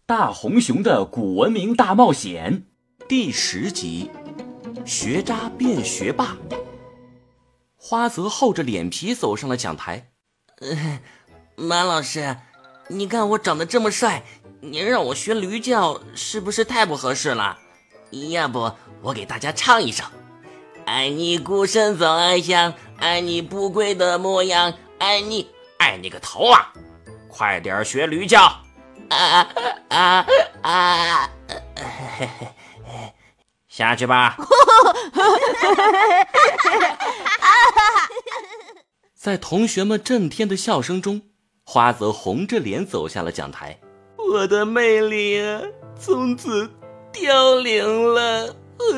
大红熊的古文明大冒险第10集，学渣变学霸。花泽厚着脸皮走上了讲台。 马老师，你看我长得这么帅，您让我学驴叫是不是太不合适了？要不我给大家唱一首：爱你孤身走暗巷，爱你不跪的模样，爱你个头啊！快点学驴叫！下去吧。 在同学们震天的笑声中，花泽红着脸走下了讲台。 我的魅力从此凋零了。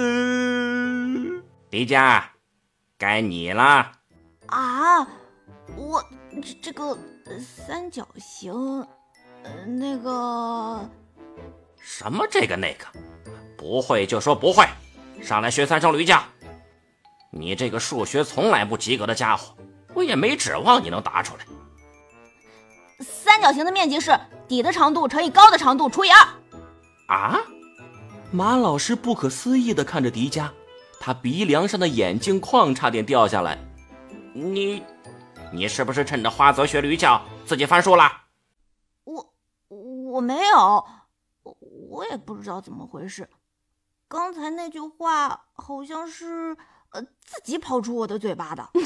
迪迦，该你了。 啊，我这个三角形，那个什么这个那个，不会就说不会，上来学三声驴叫。你这个数学从来不及格的家伙，我也没指望你能答出来。 三角形的面积是底的长度乘以高的长度除以2。 啊？ 马老师不可思议地看着迪迦，他鼻梁上的眼镜框差点掉下来。 你是不是趁着花泽学驴叫自己翻书了？ 我没有，我也不知道怎么回事。刚才那句话好像是自己跑出我的嘴巴的。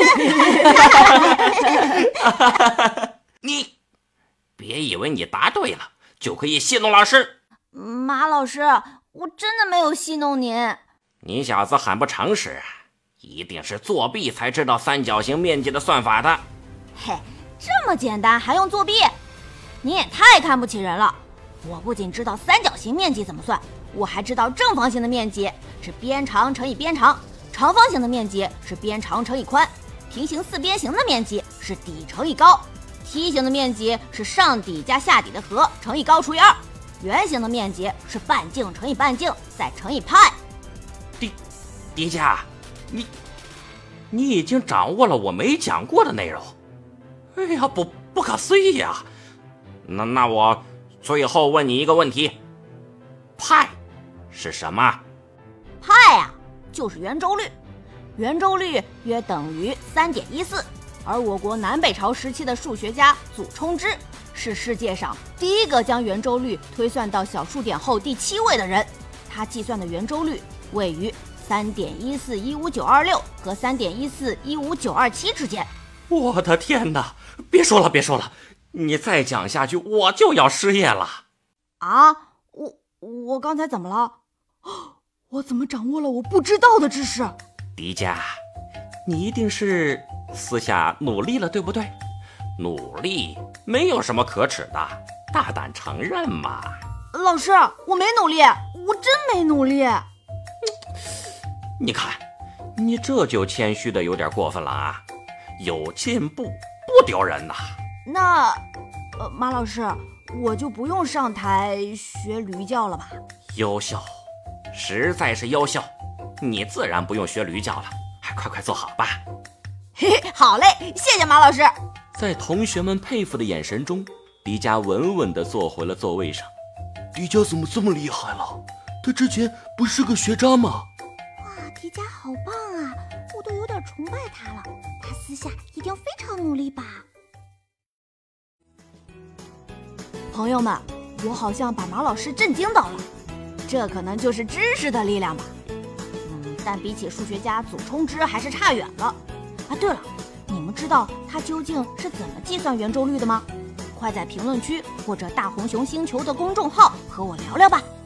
你别以为你答对了就可以戏弄老师。 马老师，我真的没有戏弄您。 你小子很不诚实啊，一定是作弊才知道三角形面积的算法的。 嘿，这么简单还用作弊？你也太看不起人了。我不仅知道三角形面积怎么算，我还知道正方形的面积是边长乘以边长，长方形的面积是边长乘以宽，平行四边形的面积是底乘以高，梯形的面积是上底加下底的和乘以高除以2，圆形的面积是半径乘以半径再乘以派。 迪迦，你已经掌握了我没讲过的内容。哎呀，不可思议呀！那我最后问你一个问题，派是什么？ 派啊，就是圆周率，圆周率约等于3.14，而我国南北朝时期的数学家祖冲之是世界上第一个将圆周率推算到小数点后第7位的人，他计算的圆周率位于3.1415926和3.1415927之间。 我的天哪！别说了，你再讲下去我就要失业了。 啊，我刚才怎么了？我怎么掌握了我不知道的知识？ 迪迦，你一定是私下努力了，对不对？努力没有什么可耻的，大胆承认嘛。 老师，我没努力，我真没努力。 你看，你这就谦虚的有点过分了啊！有进步不丢人呐。 那马老师，我就不用上台学驴叫了吧？ 优秀，实在是优秀，你自然不用学驴叫了，快坐好吧。 嘿嘿，好嘞，谢谢马老师。 在同学们佩服的眼神中，迪迦稳稳地坐回了座位上。 迪迦怎么这么厉害了？他之前不是个学渣吗？ 哇，迪迦好棒啊，我都有点崇拜他了。他私下一定非常努力吧？ 朋友们，我好像把马老师震惊到了，这可能就是知识的力量吧。但比起数学家祖冲之还是差远了。啊，对了，你们知道他究竟是怎么计算圆周率的吗？快在评论区或者大红熊星球的公众号和我聊聊吧。